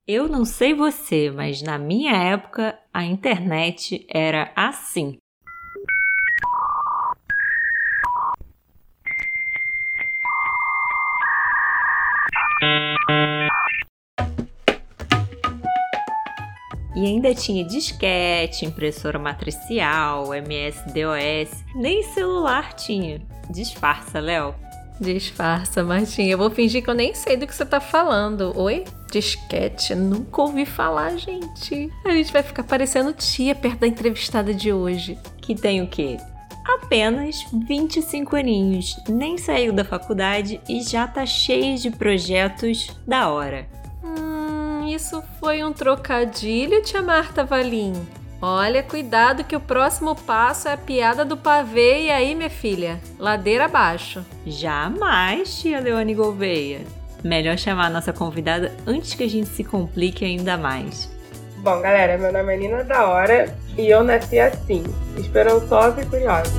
Eu não sei você, mas na minha época a internet era assim. E ainda tinha disquete, impressora matricial, MS-DOS, nem celular tinha. Disfarça, Léo. Disfarça, Martinha. Eu vou fingir que eu nem sei do que você tá falando. Oi? Disquete? Nunca ouvi falar, gente. A gente vai ficar parecendo tia perto da entrevistada de hoje. Que tem o quê? Apenas 25 aninhos. Nem saiu da faculdade e já tá cheio de projetos da hora. Isso foi um trocadilho, tia Marta Valim? Olha, cuidado que o próximo passo é a piada do pavê. E aí, minha filha? Ladeira abaixo. Jamais, tia Leone Gouveia. Melhor chamar a nossa convidada antes que a gente se complique ainda mais. Bom, galera, meu nome é Nina da Hora e eu nasci assim, esperançosa e curiosa.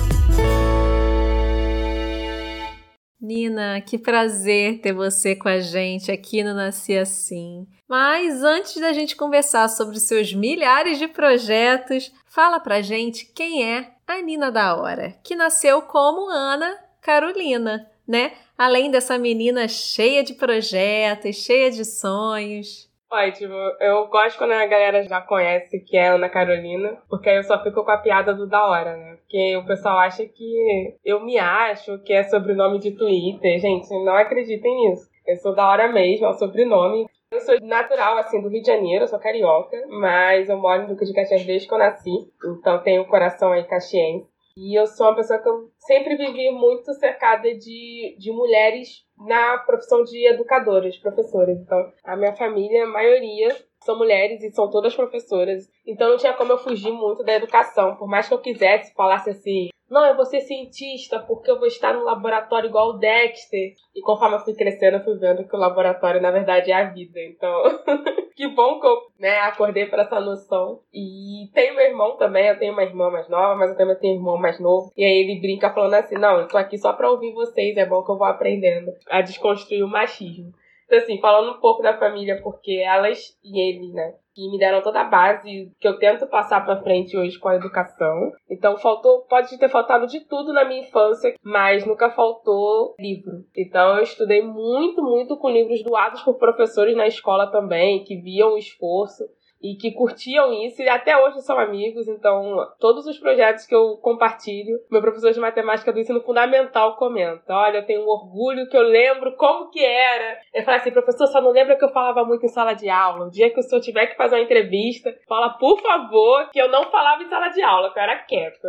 Nina, que prazer ter você com a gente aqui no Nasci Assim. Mas antes da gente conversar sobre seus milhares de projetos, fala pra gente quem é a Nina da Hora, que nasceu como Ana Carolina, né? Além dessa menina cheia de projetos, cheia de sonhos. Ótimo, eu gosto quando a galera já conhece que é Ana Carolina, porque aí eu só fico com a piada do da hora, né? Porque o pessoal acha que eu me acho que é sobrenome de Twitter. Gente, não acreditem nisso. Eu sou da hora mesmo, é o sobrenome. Eu sou natural, assim, do Rio de Janeiro, eu sou carioca, mas eu moro no Duque de Caxias desde que eu nasci, então tenho o coração aí caxiense. E eu sou uma pessoa que eu sempre vivi muito cercada de mulheres na profissão de educadoras, professoras. Então, a minha família, a maioria, são mulheres e são todas professoras. Então, não tinha como eu fugir muito da educação. Por mais que eu quisesse, falasse assim, não, eu vou ser cientista porque eu vou estar no laboratório igual o Dexter. E conforme eu fui crescendo, eu fui vendo que o laboratório, na verdade, é a vida. Então, que bom que eu acordei para essa noção. E tenho meu irmão também, eu tenho uma irmã mais nova, mas eu também tenho um irmão mais novo. E aí ele brinca falando assim, não, eu tô aqui só pra ouvir vocês, é bom que eu vou aprendendo a desconstruir o machismo. Então, assim, falando um pouco da família, porque elas e ele, né, que me deram toda a base que eu tento passar pra frente hoje com a educação. Então, pode ter faltado de tudo na minha infância, mas nunca faltou livro. Então, eu estudei muito, muito com livros doados por professores na escola também, que viam o esforço e que curtiam isso, e até hoje são amigos. Então, todos os projetos que eu compartilho, meu professor de matemática do ensino fundamental comenta, olha, eu tenho um orgulho que eu lembro como que era. Ele fala assim, professor, só não lembra que eu falava muito em sala de aula. O dia que o senhor tiver que fazer uma entrevista, fala, por favor, que eu não falava em sala de aula, que eu era quieta.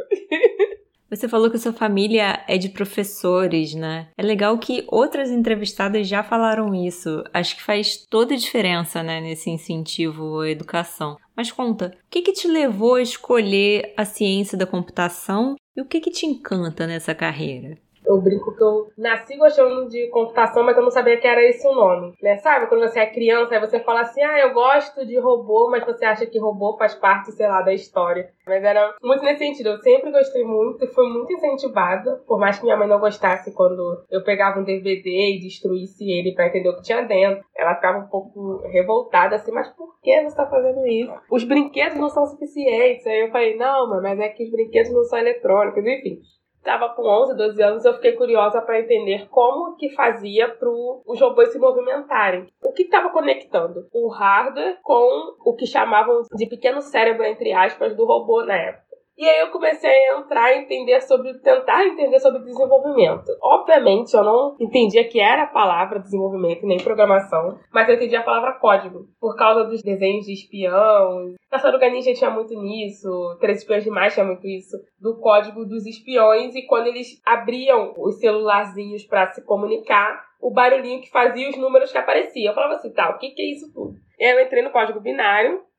Você falou que a sua família é de professores, né? É legal que outras entrevistadas já falaram isso. Acho que faz toda a diferença, né, nesse incentivo à educação. Mas conta, o que te levou a escolher a ciência da computação e o que te encanta nessa carreira? Eu brinco que eu nasci gostando de computação, mas eu não sabia que era esse o nome, né? Sabe, quando você é criança, aí você fala assim, eu gosto de robô, mas você acha que robô faz parte, sei lá, da história. Mas era muito nesse sentido, eu sempre gostei muito e fui muito incentivada, por mais que minha mãe não gostasse quando eu pegava um DVD e destruísse ele pra entender o que tinha dentro. Ela ficava um pouco revoltada, assim, mas por que você tá fazendo isso? Os brinquedos não são suficientes. Aí eu falei, não, mãe, mas é que os brinquedos não são eletrônicos, enfim. Estava com 11, 12 anos, eu fiquei curiosa para entender como que fazia para os robôs se movimentarem. O que estava conectando o hardware com o que chamavam de pequeno cérebro, entre aspas, do robô na época. E aí eu comecei a entrar e tentar entender sobre desenvolvimento. Obviamente eu não entendia que era a palavra desenvolvimento nem programação, mas eu entendia a palavra código, por causa dos desenhos de espião. Tartaruga Ninja tinha muito nisso, Três Espiões Demais tinha muito isso, do código dos espiões, e quando eles abriam os celularzinhos para se comunicar, o barulhinho que fazia os números que apareciam. Eu falava assim, o que é isso tudo? E aí eu entrei no código binário,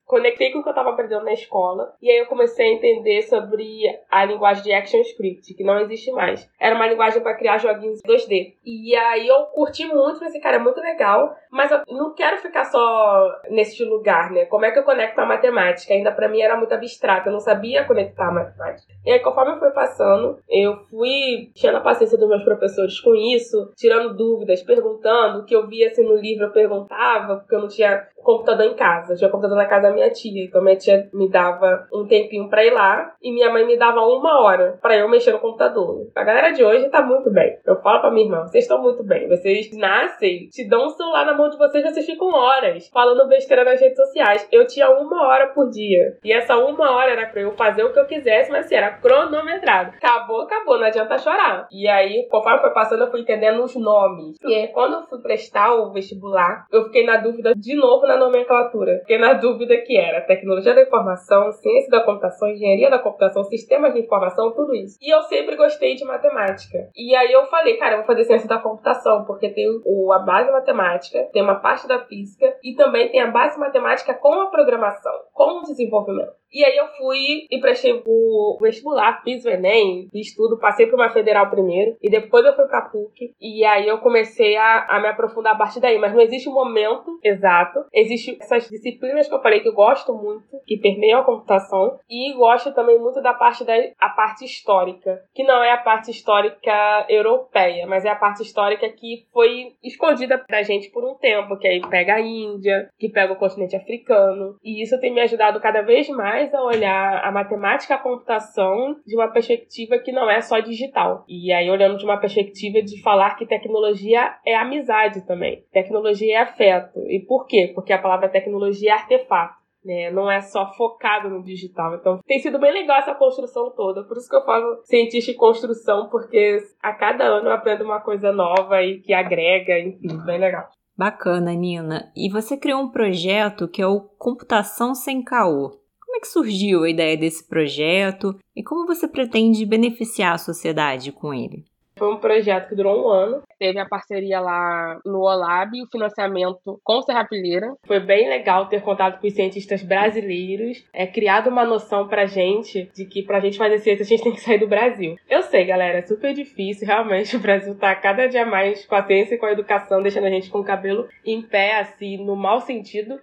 conectei com o que eu estava aprendendo na escola, e aí eu comecei a entender sobre a linguagem de ActionScript, que não existe mais. Era uma linguagem para criar joguinhos 2D. E aí eu curti muito, falei assim, cara, é muito legal, mas eu não quero ficar só nesse lugar, né? Como é que eu conecto a matemática? Ainda para mim era muito abstrato, eu não sabia conectar a matemática. E aí, conforme eu fui passando, eu fui enchendo a paciência dos meus professores com isso, tirando dúvidas, perguntando, o que eu via assim no livro eu perguntava, porque eu não tinha computador em casa. Eu tinha computador na casa da minha tia, então minha tia me dava um tempinho pra ir lá e minha mãe me dava 1 hora pra eu mexer no computador. A galera de hoje tá muito bem. Eu falo pra minha irmã, vocês estão muito bem. Vocês nascem, te dão um celular na mão de vocês ficam horas falando besteira nas redes sociais. Eu tinha 1 hora por dia. E essa 1 hora era pra eu fazer o que eu quisesse, mas assim, era cronometrado. Acabou, não adianta chorar. E aí, conforme foi passando, eu fui entendendo os nomes. E aí, quando eu fui prestar o vestibular, eu fiquei na dúvida de novo na nomenclatura. Fiquei na dúvida que era tecnologia da informação, ciência da computação, engenharia da computação, sistemas de informação, tudo isso. E eu sempre gostei de matemática. E aí eu falei, cara, eu vou fazer ciência da computação, porque tem a base matemática, tem uma parte da física e também tem a base matemática com a programação, com o desenvolvimento. E aí eu fui e prestei o vestibular, fiz o Enem, fiz tudo, passei para uma federal primeiro e depois eu fui para a PUC. E aí eu comecei a me aprofundar a partir daí, mas não existe um momento exato. Existem essas disciplinas que eu falei que eu gosto muito, que permeiam a computação, e gosto também muito da parte a parte histórica, que não é a parte histórica europeia, mas é a parte histórica que foi escondida da gente por um tempo, que aí pega a Índia, que pega o continente africano, e isso tem me ajudado cada vez mais a olhar a matemática e a computação de uma perspectiva que não é só digital. E aí olhando de uma perspectiva de falar que tecnologia é amizade também. Tecnologia é afeto. E por quê? Porque a palavra tecnologia é artefato, né? Não é só focado no digital. Então tem sido bem legal essa construção toda. Por isso que eu falo cientista em construção, porque a cada ano eu aprendo uma coisa nova e que agrega, enfim, bem legal. Bacana, Nina. E você criou um projeto que é o Computação Sem Caô. Como é que surgiu a ideia desse projeto e como você pretende beneficiar a sociedade com ele? Foi um projeto que durou 1 ano. Teve a parceria lá no OLAB e o financiamento com Serrapilheira. Foi bem legal ter contato com os cientistas brasileiros. Criado uma noção pra gente de que pra gente fazer ciência a gente tem que sair do Brasil. Eu sei, galera, é super difícil. Realmente o Brasil tá cada dia mais com a ciência e com a educação, deixando a gente com o cabelo em pé, assim, no mau sentido.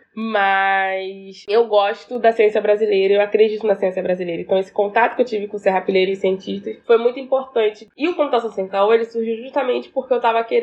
Mas eu gosto da ciência brasileira, eu acredito na ciência brasileira. Então esse contato que eu tive com Serrapilheira e cientistas foi muito importante. E o Computação Sem Caô, ele surgiu justamente porque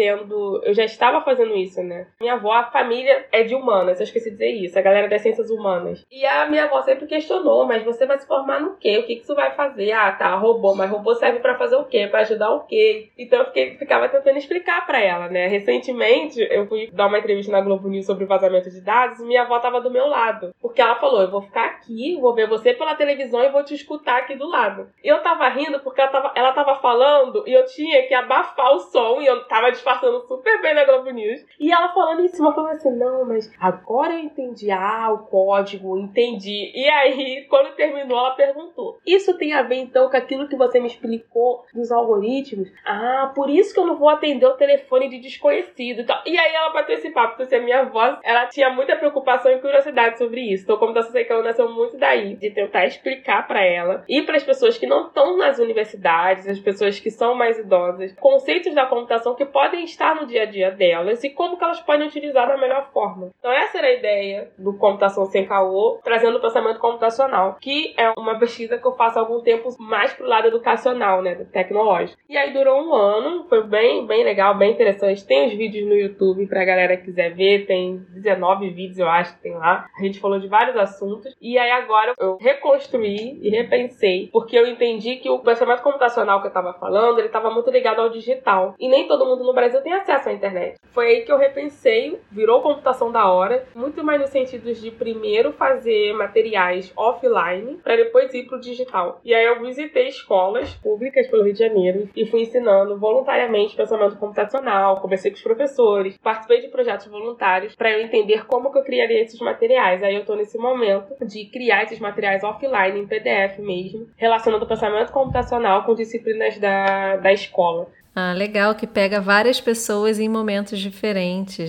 eu já estava fazendo isso, né? Minha avó, a família é de humanas, eu esqueci de dizer isso, a galera das ciências humanas. E a minha avó sempre questionou, mas você vai se formar no quê? O que isso vai fazer? Ah, tá, robô, mas robô serve pra fazer o quê? Pra ajudar o quê? Então eu ficava tentando explicar pra ela, né? Recentemente, eu fui dar uma entrevista na Globo News sobre vazamento de dados e minha avó tava do meu lado. Porque ela falou, eu vou ficar aqui, vou ver você pela televisão e vou te escutar aqui do lado. E eu tava rindo porque ela tava falando e eu tinha que abafar o som e eu tava disfarçando super bem na Globo News. E ela falando em cima, falando assim, não, mas agora eu entendi, o código, entendi. E aí, quando terminou, ela perguntou, isso tem a ver então com aquilo que você me explicou dos algoritmos? Por isso que eu não vou atender o telefone de desconhecido. E aí ela bateu esse papo, porque a minha voz, ela tinha muita preocupação e curiosidade sobre isso. Então, como Computação Sem Caô nasceu muito daí, de tentar explicar pra ela e para as pessoas que não estão nas universidades, as pessoas que são mais idosas, conceitos da computação que podem estar no dia a dia delas e como que elas podem utilizar da melhor forma. Então essa era a ideia do Computação Sem Caô, trazendo o pensamento computacional, que é uma pesquisa que eu faço há algum tempo mais pro lado educacional, né, tecnológico. E aí durou 1 ano, foi bem legal, bem interessante. Tem os vídeos no YouTube pra galera que quiser ver, tem 19 vídeos eu acho que tem lá. A gente falou de vários assuntos. E aí agora eu reconstruí e repensei, porque eu entendi que o pensamento computacional que eu tava falando, ele tava muito ligado ao digital. E nem todo mundo no Brasil tem acesso à internet. Foi aí que eu repensei, virou computação da hora, muito mais no sentido de primeiro fazer materiais offline, para depois ir pro digital. E aí eu visitei escolas públicas pelo Rio de Janeiro e fui ensinando voluntariamente pensamento computacional, conversei com os professores, participei de projetos voluntários para eu entender como que eu criaria esses materiais. Aí eu tô nesse momento de criar esses materiais offline, em PDF mesmo, relacionando o pensamento computacional com disciplinas da escola. Legal, que pega várias pessoas em momentos diferentes, né?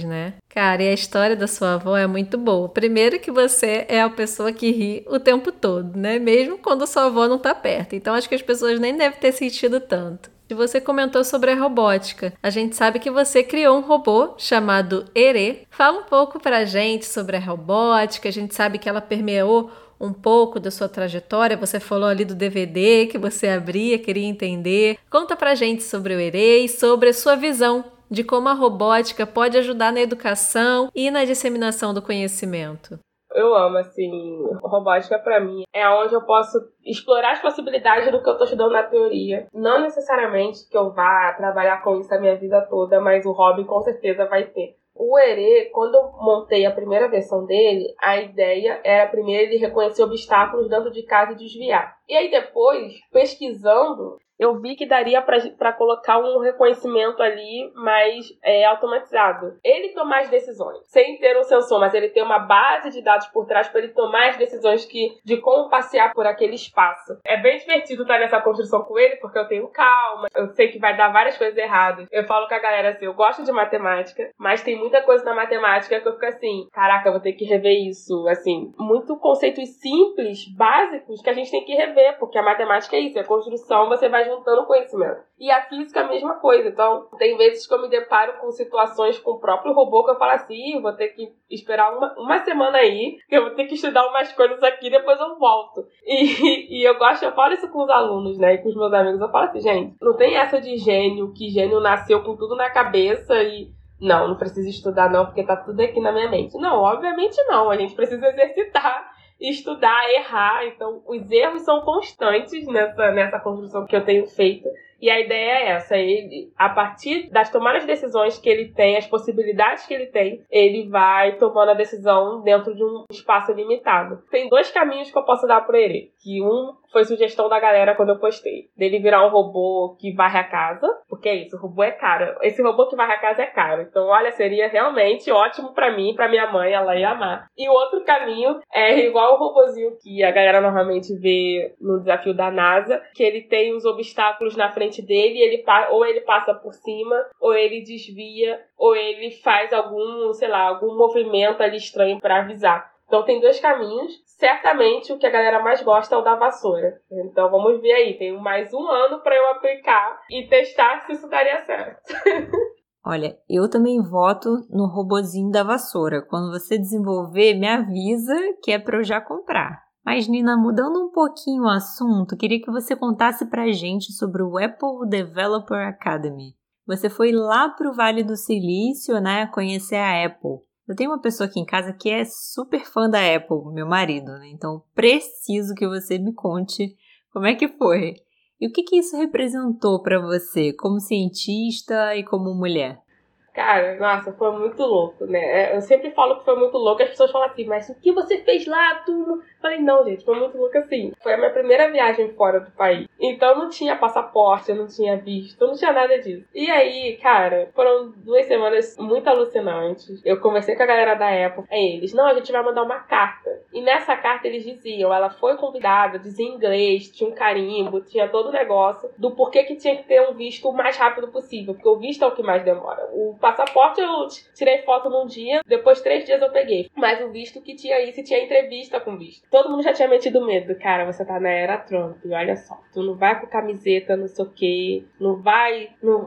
Cara, e a história da sua avó é muito boa. Primeiro que você é a pessoa que ri o tempo todo, né? Mesmo quando sua avó não tá perto. Então acho que as pessoas nem devem ter sentido tanto. E você comentou sobre a robótica. A gente sabe que você criou um robô chamado Ere. Fala um pouco pra gente sobre a robótica. A gente sabe que ela permeou um pouco da sua trajetória. Você falou ali do DVD que você abria, queria entender. Conta pra gente sobre o Ere e sobre a sua visão de como a robótica pode ajudar na educação e na disseminação do conhecimento. Eu amo, assim, robótica pra mim é onde eu posso explorar as possibilidades do que eu tô estudando na teoria. Não necessariamente que eu vá trabalhar com isso a minha vida toda, mas o hobby com certeza vai ter. O Ere, quando eu montei a primeira versão dele, a ideia era primeiro ele reconhecer obstáculos dentro de casa e desviar. E aí depois, pesquisando, eu vi que daria para colocar um reconhecimento ali mais automatizado. Ele tomar as decisões, sem ter um sensor, mas ele ter uma base de dados por trás para ele tomar as decisões de como passear por aquele espaço. É bem divertido estar nessa construção com ele, porque eu tenho calma, eu sei que vai dar várias coisas erradas. Eu falo com a galera assim, eu gosto de matemática, mas tem muita coisa na matemática que eu fico assim, caraca, eu vou ter que rever isso. Assim, muito conceitos simples, básicos, que a gente tem que rever, porque a matemática é isso, é construção, você vai juntando conhecimento. E a física é a mesma coisa. Então, tem vezes que eu me deparo com situações com o próprio robô que eu falo assim, vou ter que esperar uma semana aí, que eu vou ter que estudar umas coisas aqui, depois eu volto. E eu falo isso com os alunos, né, e com os meus amigos, eu falo assim, gente, não tem essa de gênio, que gênio nasceu com tudo na cabeça e não precisa estudar não, porque tá tudo aqui na minha mente. Não, obviamente não, a gente precisa exercitar, estudar, errar. Então, os erros são constantes nessa construção que eu tenho feito. E a ideia é essa, ele, a partir das tomadas de decisões que ele tem, as possibilidades que ele tem, ele vai tomando a decisão dentro de um espaço limitado. Tem 2 caminhos que eu posso dar para ele, que um foi sugestão da galera quando eu postei, dele virar um robô que varre a casa, porque é isso, o robô é caro. Esse robô que varre a casa é caro. Então, olha, seria realmente ótimo pra mim, pra minha mãe, ela ia amar. E o outro caminho é igual o robozinho que a galera normalmente vê no desafio da NASA, que ele tem os obstáculos na frente dele, ou ele passa por cima, ou ele desvia, ou ele faz algum movimento ali estranho pra avisar. Então tem 2 caminhos. Certamente o que a galera mais gosta é o da vassoura. Então vamos ver aí. Tenho mais um ano para eu aplicar e testar se isso daria certo. Olha, eu também voto no robozinho da vassoura. Quando você desenvolver, me avisa que é para eu já comprar. Mas, Nina, mudando um pouquinho o assunto, queria que você contasse pra gente sobre o Apple Developer Academy. Você foi lá pro Vale do Silício, né, conhecer a Apple. Eu tenho uma pessoa aqui em casa que é super fã da Apple, meu marido, né? Então preciso que você me conte como é que foi. E o que isso representou para você como cientista e como mulher? Cara, nossa, foi muito louco, né? Eu sempre falo que foi muito louco, as pessoas falam assim, mas o que você fez lá, tu? Falei, não, gente, foi muito louco assim. Foi a minha primeira viagem fora do país. Então não tinha passaporte, eu não tinha visto, não tinha nada disso. E aí, cara, foram 2 semanas muito alucinantes. Eu conversei com a galera da Apple. Aí eles, não, a gente vai mandar uma carta. E nessa carta eles diziam, ela foi convidada, dizia em inglês, tinha um carimbo, tinha todo o negócio do porquê que tinha que ter um visto o mais rápido possível, porque o visto é o que mais demora. O passaporte eu tirei foto num dia, depois 3 dias eu peguei. Mas o visto que tinha isso, tinha entrevista com visto. Todo mundo já tinha metido medo. Cara, você tá na era Trump, olha só. Tu não vai com camiseta, não sei o quê, não vai,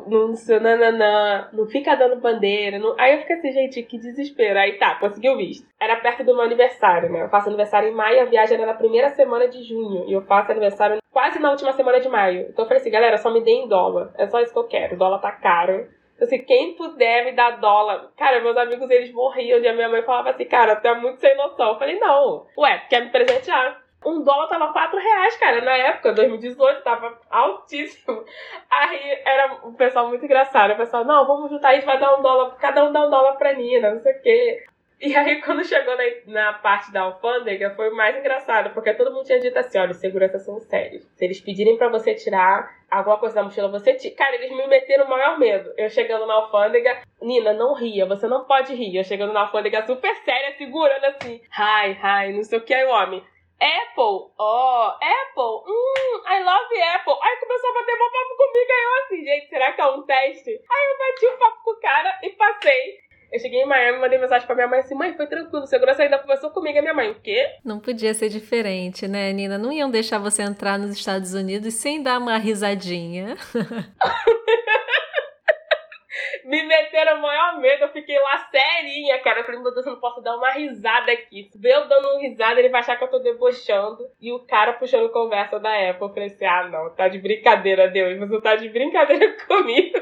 não fica dando bandeira. Não... Aí eu fiquei assim, gente, que desespero. Aí tá, consegui o visto. Era perto do meu aniversário, né? Eu faço aniversário em maio, a viagem era na primeira semana de junho. E eu faço aniversário quase na última semana de maio. Então eu falei assim, galera, só me deem dólar. É só isso que eu quero. O dólar tá caro. Então, assim, quem puder me dar dólar... Cara, meus amigos, eles morriam. E a minha mãe falava assim, cara, tu é muito sem noção. Eu falei, não. Ué, quer me presentear? Um dólar tava R$4, cara. Na época, 2018, tava altíssimo. Aí era um pessoal muito engraçado. O pessoal, não, vamos juntar, a gente vai dar $1. Cada um dá $1 pra Nina, não sei o quê. E aí, quando chegou na parte da alfândega, foi o mais engraçado, porque todo mundo tinha dito assim, olha, os seguranças são sérios. Se eles pedirem pra você tirar alguma coisa da mochila, você tira. Cara, eles me meteram o maior medo. Eu chegando na alfândega, Nina, não ria, você não pode rir. Eu chegando na alfândega super séria, segurando assim, hi, não sei o que, aí o homem, Apple, Apple, I love Apple. Aí começou a bater um papo comigo, aí eu assim, gente, será que é um teste? Aí eu bati um papo com o cara e passei. Eu cheguei em Miami, mandei mensagem pra minha mãe assim, mãe, foi tranquilo, segurança ainda conversou comigo. A minha mãe, o quê? Não podia ser diferente, né, Nina? Não iam deixar você entrar nos Estados Unidos sem dar uma risadinha. Me meteram o maior medo, eu fiquei lá serinha, cara. Eu falei, meu Deus, eu não posso dar uma risada aqui. Se eu dando uma risada, ele vai achar que eu tô debochando. E o cara puxando conversa da Apple. Eu falei assim, não, tá de brincadeira, Deus. Você tá de brincadeira comigo.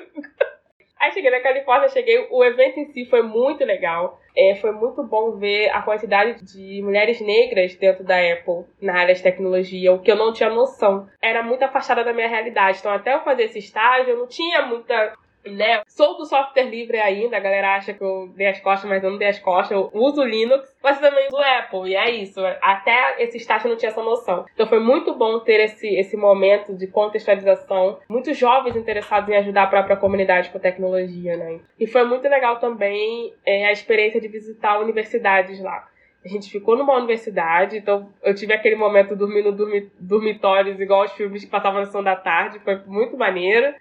Aí cheguei na Califórnia, o evento em si foi muito legal. Foi muito bom ver a quantidade de mulheres negras dentro da Apple na área de tecnologia, o que eu não tinha noção. Era muito afastada da minha realidade. Então, até eu fazer esse estágio, eu não tinha muita... né? Sou do software livre ainda, a galera acha que eu dei as costas, mas eu não dei as costas, eu uso Linux, mas também uso Apple, e é isso, até esse estágio eu não tinha essa noção. Então foi muito bom ter esse momento de contextualização, muitos jovens interessados em ajudar a própria comunidade com tecnologia, né? E foi muito legal também a experiência de visitar universidades lá. A gente ficou numa universidade, então eu tive aquele momento dormindo dormitórios igual os filmes que passavam na sessão da tarde, foi muito maneiro.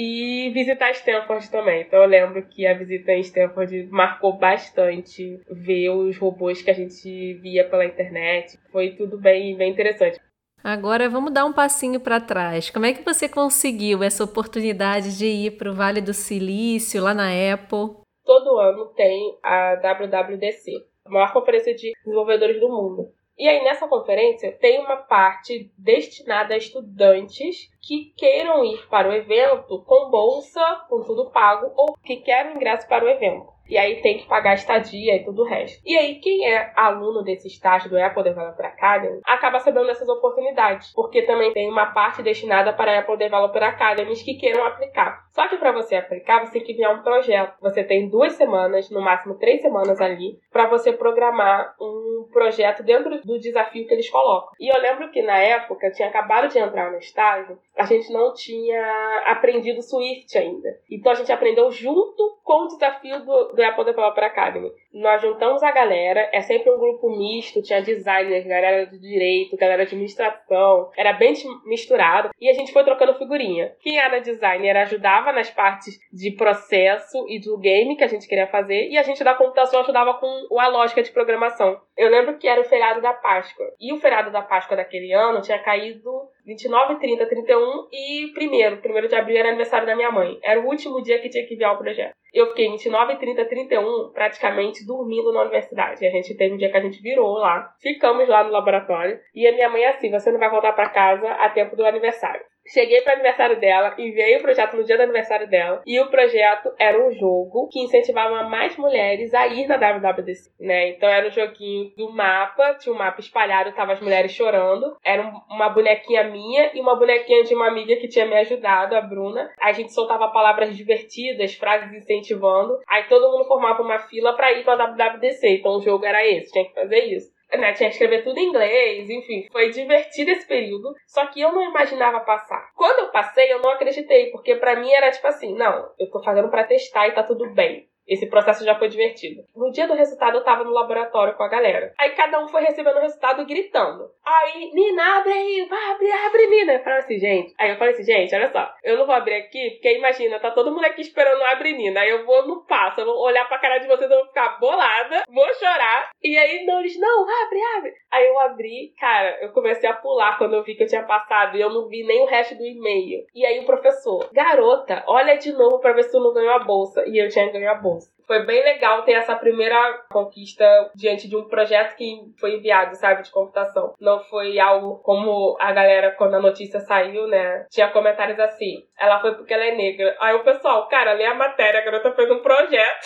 E visitar Stanford também. Então eu lembro que a visita em Stanford marcou bastante ver os robôs que a gente via pela internet. Foi tudo bem interessante. Agora vamos dar um passinho para trás. Como é que você conseguiu essa oportunidade de ir para o Vale do Silício, lá na Apple? Todo ano tem a WWDC, a maior conferência de desenvolvedores do mundo. E aí, nessa conferência, tem uma parte destinada a estudantes que queiram ir para o evento com bolsa, com tudo pago, ou que querem ingresso para o evento. E aí tem que pagar estadia e tudo o resto. E aí quem é aluno desse estágio do Apple Developer Academy acaba sabendo dessas oportunidades, porque também tem uma parte destinada para Apple Developer Academies que queiram aplicar. Só que para você aplicar, você tem que enviar um projeto. Você tem 2 semanas, no máximo 3 semanas ali, para você programar um projeto dentro do desafio que eles colocam. E eu lembro que na época, eu tinha acabado de entrar no estágio, a gente não tinha aprendido Swift ainda. Então a gente aprendeu junto com o desafio do Apple Developer Academy. Nós juntamos a galera, é sempre um grupo misto, tinha designers, galera de direito, galera de administração, era bem misturado, e a gente foi trocando figurinha. Quem era designer ajudava nas partes de processo e do game que a gente queria fazer, e a gente da computação ajudava com a lógica de programação. Eu lembro que era o feriado da Páscoa, e o feriado da Páscoa daquele ano tinha caído 29, 30, 31 e 1º de abril era aniversário da minha mãe. Era o último dia que tinha que enviar o projeto. Eu fiquei 29, 30, 31 praticamente dormindo na universidade. A gente teve um dia que a gente virou lá, ficamos lá no laboratório, e a minha mãe assim, você não vai voltar pra casa a tempo do aniversário. Cheguei para o aniversário dela, enviei o projeto no dia do aniversário dela, e o projeto era um jogo que incentivava mais mulheres a ir na WWDC, né? Então era um joguinho do mapa, tinha um mapa espalhado, tava as mulheres chorando, era uma bonequinha minha e uma bonequinha de uma amiga que tinha me ajudado, a Bruna. A gente soltava palavras divertidas, frases incentivando, aí todo mundo formava uma fila para ir para a WWDC, então o jogo era esse, tinha que fazer isso. Né, tinha que escrever tudo em inglês, enfim, foi divertido esse período, só que eu não imaginava passar. Quando eu passei, eu não acreditei, porque pra mim era tipo assim, não, eu tô fazendo pra testar e tá tudo bem. Esse processo já foi divertido. No dia do resultado, eu tava no laboratório com a galera. Aí cada um foi recebendo o resultado gritando. Aí, Nina, abre aí, abre, Nina. Eu falei assim, gente. Aí eu falei assim, gente, olha só. Eu não vou abrir aqui, porque imagina, tá todo mundo aqui esperando o abre, Nina. Aí eu vou no passo, eu vou olhar pra cara de vocês, eu vou ficar bolada, vou chorar. E aí, não, eles, não, abre. Aí eu abri, cara, eu comecei a pular quando eu vi que eu tinha passado. E eu não vi nem o resto do e-mail. E aí o professor, garota, olha de novo pra ver se tu não ganhou a bolsa. E eu tinha ganho a bolsa. Foi bem legal ter essa primeira conquista diante de um projeto que foi enviado, sabe, de computação. Não foi algo como a galera, quando a notícia saiu, né, tinha comentários assim, ela foi porque ela é negra. Aí o pessoal, cara, lê a matéria, a garota fez um projeto.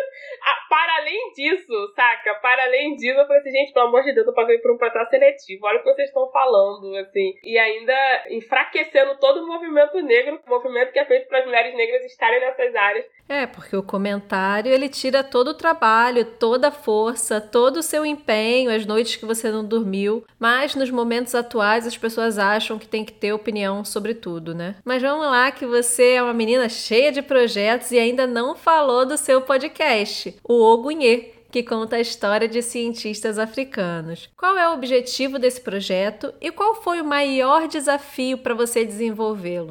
Para além disso, saca? Para além disso, eu falei assim, gente, pelo amor de Deus, eu passei por um processo seletivo. Olha o que vocês estão falando, assim. E ainda enfraquecendo todo o movimento negro, o movimento que é feito para as mulheres negras estarem nessas áreas. É, porque o comentário, ele tira todo o trabalho, toda a força, todo o seu empenho, as noites que você não dormiu. Mas nos momentos atuais, as pessoas acham que tem que ter opinião sobre tudo, né? Mas vamos lá, que você é uma menina cheia de projetos e ainda não falou do seu podcast, o Ogunhê, que conta a história de cientistas africanos. Qual é o objetivo desse projeto e qual foi o maior desafio para você desenvolvê-lo?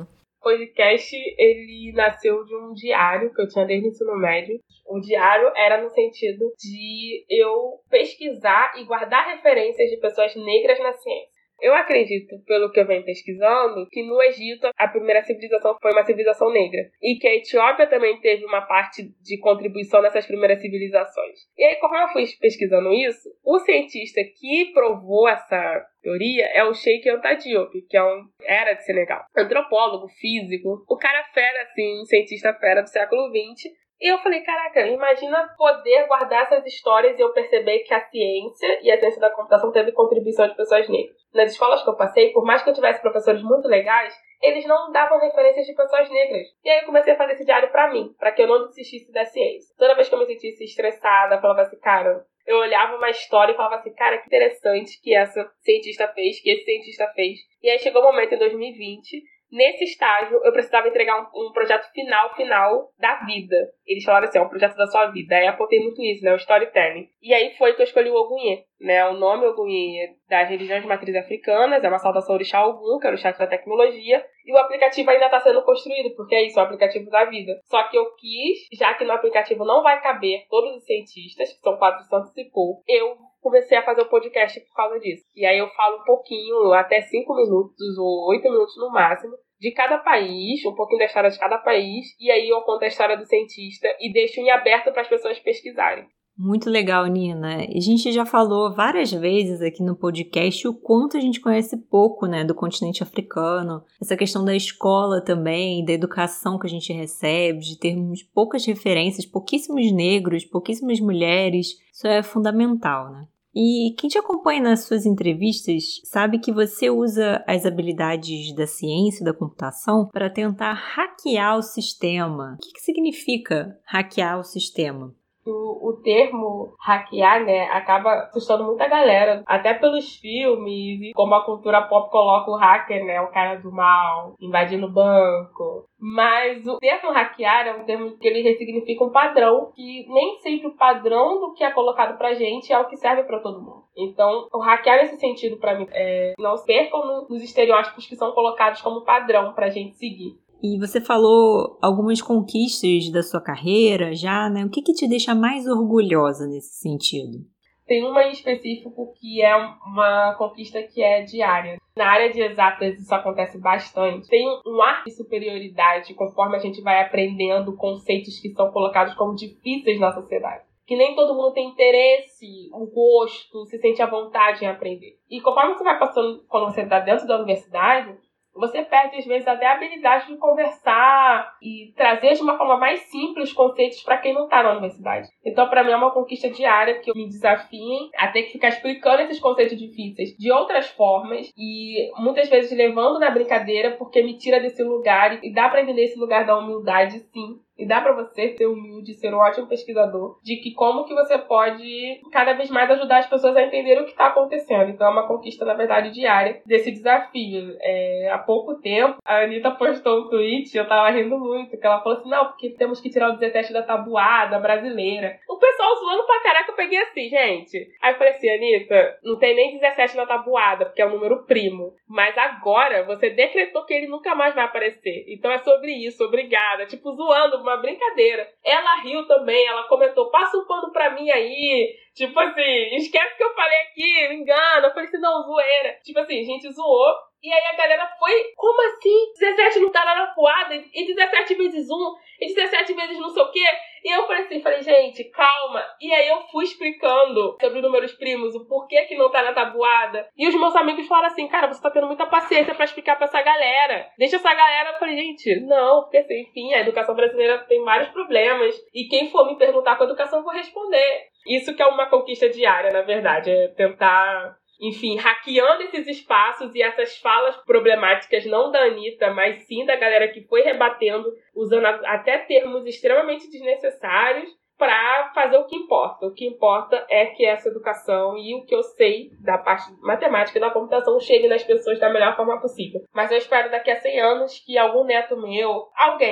podcast, ele nasceu de um diário que eu tinha desde o ensino médio. O diário era no sentido de eu pesquisar e guardar referências de pessoas negras na ciência. Eu acredito, pelo que eu venho pesquisando, que no Egito a primeira civilização foi uma civilização negra. E que a Etiópia também teve uma parte de contribuição nessas primeiras civilizações. E aí, como eu fui pesquisando isso, o cientista que provou essa teoria é o Cheikh Anta Diop, que era de Senegal. Antropólogo, físico, o cara fera, assim, um cientista fera do século XX. E eu falei, caraca, imagina poder guardar essas histórias e eu perceber que a ciência e a ciência da computação teve contribuição de pessoas negras. Nas escolas que eu passei, por mais que eu tivesse professores muito legais, eles não davam referências de pessoas negras. E aí eu comecei a fazer esse diário pra mim, pra que eu não desistisse da ciência. Toda vez que eu me sentisse estressada, eu falava assim, cara, eu olhava uma história e falava assim, cara, que interessante que essa cientista fez, que esse cientista fez. E aí chegou o momento em 2020... Nesse estágio, eu precisava entregar um projeto final da vida. Eles falaram assim, é um projeto da sua vida. Aí eu apontei muito isso, né? O storytelling. E aí foi que eu escolhi o Ogunhê, né? O nome Ogunhê é das religiões de matriz africanas, é uma saudação orixá Ogum, que é o orixá da tecnologia. E o aplicativo ainda está sendo construído, porque é isso, é o aplicativo da vida. Só que eu quis, já que no aplicativo não vai caber todos os cientistas, que são 400 e pouco, eu comecei a fazer o podcast por causa disso. E aí eu falo um pouquinho, até 5 minutos ou 8 minutos no máximo, de cada país, um pouquinho da história de cada país, e aí eu conto a história do cientista e deixo em aberto para as pessoas pesquisarem. Muito legal, Nina. A gente já falou várias vezes aqui no podcast o quanto a gente conhece pouco, né, do continente africano. Essa questão da escola também, da educação que a gente recebe, de termos poucas referências, pouquíssimos negros, pouquíssimas mulheres. Isso é fundamental, né? E quem te acompanha nas suas entrevistas sabe que você usa as habilidades da ciência e da computação para tentar hackear o sistema. O que significa hackear o sistema? O termo hackear, né, acaba assustando muita galera, até pelos filmes, e como a cultura pop coloca o hacker, né, o cara do mal, invadindo o banco. Mas o termo hackear é um termo que ele ressignifica um padrão, que nem sempre o padrão do que é colocado pra gente é o que serve pra todo mundo. Então, o hackear nesse sentido, pra mim, é não se percam nos estereótipos que são colocados como padrão pra gente seguir. E você falou algumas conquistas da sua carreira já, né? O que te deixa mais orgulhosa nesse sentido? Tem uma em específico que é uma conquista que é diária. Na área de exatas isso acontece bastante. Tem um ar de superioridade conforme a gente vai aprendendo conceitos que são colocados como difíceis na sociedade. Que nem todo mundo tem interesse, um gosto, se sente à vontade em aprender. E conforme você vai passando, quando você está dentro da universidade, você perde, às vezes, até a habilidade de conversar e trazer de uma forma mais simples conceitos para quem não está na universidade. Então, para mim, é uma conquista diária que eu me desafiem a ter que ficar explicando esses conceitos difíceis de outras formas e muitas vezes levando na brincadeira porque me tira desse lugar e dá para entender esse lugar da humildade, sim. E dá pra você ser humilde, ser um ótimo pesquisador, de que como que você pode cada vez mais ajudar as pessoas a entender o que está acontecendo. Então é uma conquista, na verdade, diária desse desafio. Há pouco tempo, a Anitta postou um tweet, eu tava rindo muito, que ela falou assim, não, porque temos que tirar o 17 da tabuada brasileira. O pessoal zoando pra caraca, eu peguei assim, gente. Aí eu falei assim, Anitta, não tem nem 17 na tabuada, porque é um número primo. Mas agora, você decretou que ele nunca mais vai aparecer. Então é sobre isso, obrigada. Tipo, zoando, uma brincadeira. Ela riu também, ela comentou, passa um pano pra mim aí, tipo assim, esquece que eu falei aqui, me engana. Eu falei assim, não, zoeira. Tipo assim, a gente zoou, e aí a galera foi, como assim? 17 não tá lá na poada, e 17 vezes 1, e 17 vezes não sei o quê. E eu falei assim, gente, calma. E aí eu fui explicando sobre números primos, o porquê que não tá na tabuada. E os meus amigos falaram assim, cara, você tá tendo muita paciência pra explicar pra essa galera. Deixa essa galera. Eu falei, gente, não, porque assim, enfim, a educação brasileira tem vários problemas. E quem for me perguntar com a educação, eu vou responder. Isso que é uma conquista diária, na verdade, é tentar... Enfim, hackeando esses espaços e essas falas problemáticas, não da Anitta, mas sim da galera que foi rebatendo, usando até termos extremamente desnecessários para fazer o que importa. O que importa é que essa educação e o que eu sei da parte matemática e da computação chegue nas pessoas da melhor forma possível. Mas eu espero daqui a 100 anos que algum neto meu,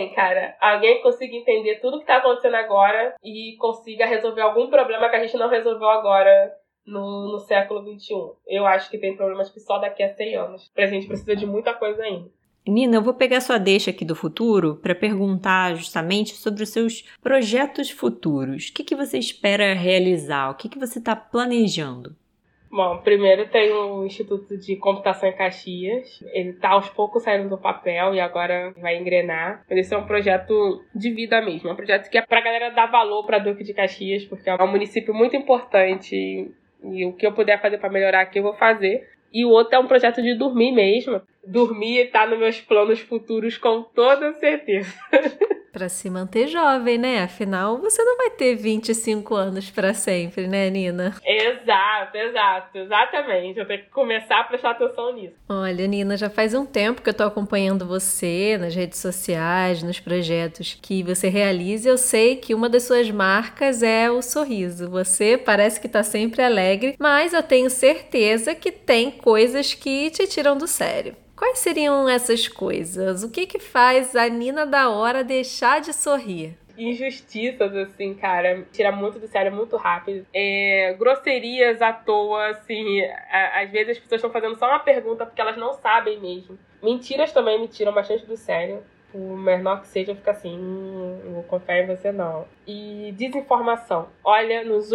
alguém consiga entender tudo que está acontecendo agora e consiga resolver algum problema que a gente não resolveu agora no século XXI. Eu acho que tem problemas que só daqui a 100 anos. A gente precisa de muita coisa ainda. Nina, eu vou pegar sua deixa aqui do futuro para perguntar justamente sobre os seus projetos futuros. O que você espera realizar? O que você está planejando? Bom, primeiro tem o Instituto de Computação em Caxias. Ele tá aos poucos saindo do papel e agora vai engrenar. Mas esse é um projeto de vida mesmo. É um projeto que é pra galera dar valor pra Duque de Caxias, porque é um município muito importante e o que eu puder fazer pra melhorar aqui eu vou fazer. E o outro é um projeto de dormir mesmo. Dormir tá nos meus planos futuros com toda certeza. Pra se manter jovem, né? Afinal, você não vai ter 25 anos pra sempre, né, Nina? Exato, exatamente. Eu tenho que começar a prestar atenção nisso. Olha, Nina, já faz um tempo que eu tô acompanhando você nas redes sociais, nos projetos que você realiza. Eu sei que uma das suas marcas é o sorriso. Você parece que tá sempre alegre, mas eu tenho certeza que tem coisas que te tiram do sério. Quais seriam essas coisas? O que faz a Nina da Hora deixar de sorrir? Injustiças, assim, cara, tira muito do sério muito rápido. Grosserias à toa, assim, às vezes as pessoas estão fazendo só uma pergunta porque elas não sabem mesmo. Mentiras também me tiram bastante do sério. O menor que seja, fica assim, não vou confiar em você não. E desinformação. Olha, nos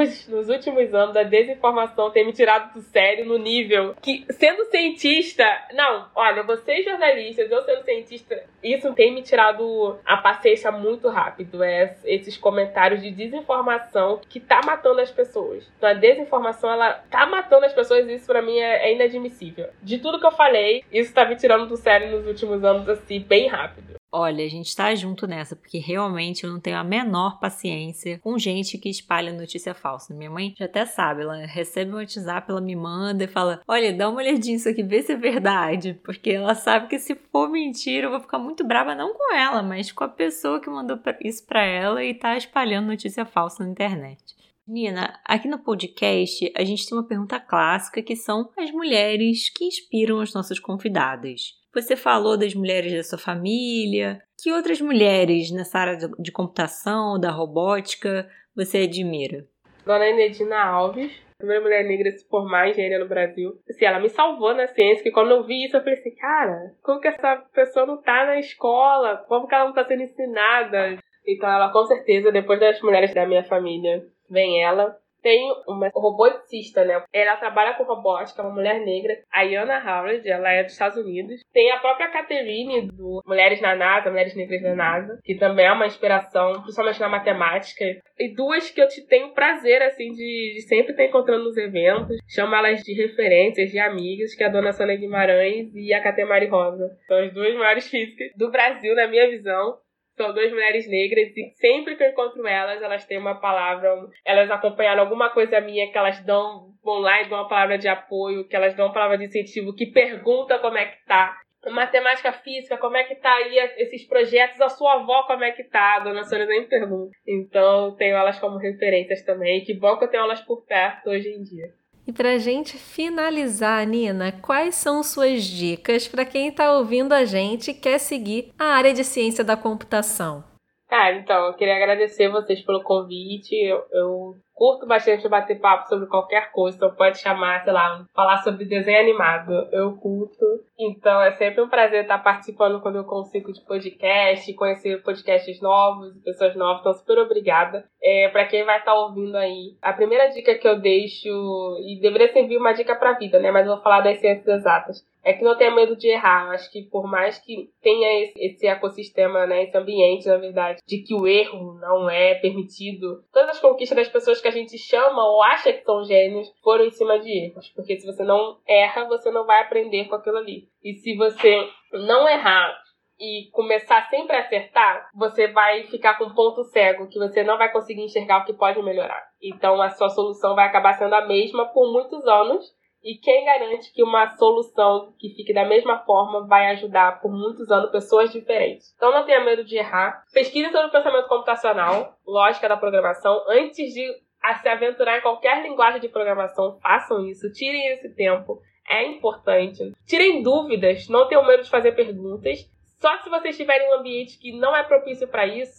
últimos anos, a desinformação tem me tirado do sério no nível que, sendo cientista... Não, olha, vocês jornalistas, eu sendo cientista, isso tem me tirado a paciência muito rápido. Esses comentários de desinformação que tá matando as pessoas. Então, a desinformação, ela tá matando as pessoas e isso pra mim é inadmissível. De tudo que eu falei, isso tá me tirando do sério nos últimos anos, assim, bem rápido. Olha, a gente tá junto nessa, porque realmente eu não tenho a menor paciência com gente que espalha notícia falsa. Minha mãe já até sabe, ela recebe um WhatsApp, ela me manda e fala, olha, dá uma olhadinha nisso aqui, vê se é verdade, porque ela sabe que se for mentira eu vou ficar muito brava, não com ela, mas com a pessoa que mandou isso pra ela e tá espalhando notícia falsa na internet. Nina, aqui no podcast a gente tem uma pergunta clássica que são as mulheres que inspiram as nossas convidadas. Você falou das mulheres da sua família. Que outras mulheres nessa área de computação, da robótica, você admira? Dona Enedina Alves, a primeira mulher negra a se formar em engenharia no Brasil. Assim, ela me salvou na ciência, que quando eu vi isso eu falei assim, cara, como que essa pessoa não tá na escola? Como que ela não tá sendo ensinada? Então ela com certeza, depois das mulheres da minha família, vem ela. Tem uma roboticista, né? Ela trabalha com robótica, uma mulher negra, a Yana Howard, ela é dos Estados Unidos. Tem a própria Catherine, do Mulheres na NASA, Mulheres Negras na NASA, que também é uma inspiração, principalmente na matemática. E duas que eu tenho prazer, assim, de sempre estar encontrando nos eventos. Chamo elas de referências, de amigas, que é a dona Sônia Guimarães e a Catemari Rosa. São as duas maiores físicas do Brasil, na minha visão. São duas mulheres negras e sempre que eu encontro elas têm uma palavra, elas acompanharam alguma coisa minha que elas vão lá e dão uma palavra de apoio, que elas dão uma palavra de incentivo, que pergunta como é que tá. Matemática, física, como é que tá aí esses projetos? A sua avó, como é que tá? A dona Sônia nem pergunta. Então, eu tenho elas como referências também. Que bom que eu tenho elas por perto hoje em dia. E pra gente finalizar, Nina, quais são suas dicas para quem está ouvindo a gente e quer seguir a área de ciência da computação? Então, eu queria agradecer vocês pelo convite. Eu curto bastante bater papo sobre qualquer coisa, então pode chamar, sei lá, falar sobre desenho animado. Eu curto. Então é sempre um prazer estar participando quando eu consigo de podcast, conhecer podcasts novos e pessoas novas. Então, super obrigada. Pra quem vai estar ouvindo aí, a primeira dica que eu deixo, e deveria servir uma dica pra vida, né? Mas eu vou falar das ciências exatas. É que não tenha medo de errar. Eu acho que por mais que tenha esse ecossistema, né, esse ambiente, na verdade, de que o erro não é permitido, todas as conquistas das pessoas que a gente chama ou acha que são gênios foram em cima de erros. Porque se você não erra, você não vai aprender com aquilo ali. E se você não errar e começar sempre a acertar, você vai ficar com um ponto cego, que você não vai conseguir enxergar o que pode melhorar. Então a sua solução vai acabar sendo a mesma por muitos anos. E quem garante que uma solução que fique da mesma forma vai ajudar por muitos anos pessoas diferentes? Então não tenha medo de errar. Pesquise sobre o pensamento computacional, lógica da programação. Antes de se aventurar em qualquer linguagem de programação, façam isso. Tirem esse tempo. É importante. Tirem dúvidas. Não tenham medo de fazer perguntas. Só se vocês estiverem em um ambiente que não é propício para isso,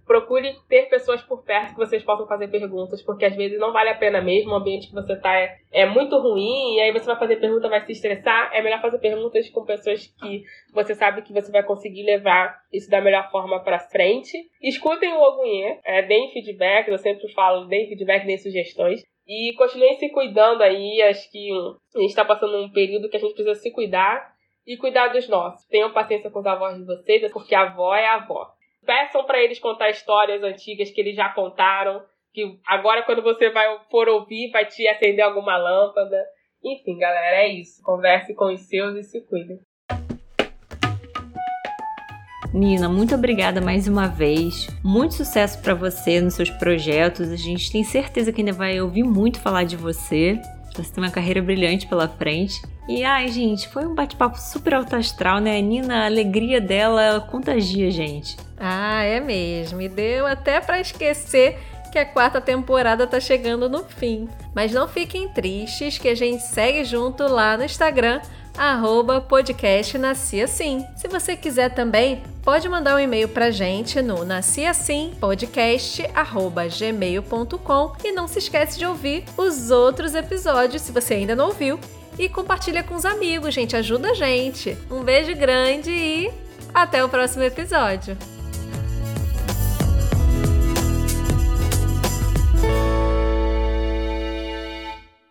procure ter pessoas por perto que vocês possam fazer perguntas, porque às vezes não vale a pena mesmo, o ambiente que você tá é muito ruim, e aí você vai fazer pergunta, vai se estressar. É melhor fazer perguntas com pessoas que você sabe que você vai conseguir levar isso da melhor forma pra frente. Escutem o Ogunhê, deem feedback, eu sempre falo, deem feedback, deem sugestões. E continuem se cuidando aí, acho que a gente tá passando um período que a gente precisa se cuidar e cuidar dos nossos. Tenham paciência com os avós de vocês, porque a avó é a avó. Peçam para eles contar histórias antigas que eles já contaram, que agora quando você for ouvir vai te acender alguma lâmpada. Enfim, galera, é isso. Converse com os seus e se cuidem. Nina, muito obrigada mais uma vez. Muito sucesso para você nos seus projetos. A gente tem certeza que ainda vai ouvir muito falar de você. Você tem uma carreira brilhante pela frente. E, gente, foi um bate-papo super alto astral, né? A Nina, a alegria dela contagia, gente. É mesmo. E deu até pra esquecer que a 4ª temporada tá chegando no fim. Mas não fiquem tristes, que a gente segue junto lá no Instagram, @podcastNasciAssim. Se você quiser também, pode mandar um e-mail pra gente no nasciassimpodcast@gmail.com e não se esquece de ouvir os outros episódios, se você ainda não ouviu, e compartilha com os amigos, gente, ajuda a gente. Um beijo grande e até o próximo episódio.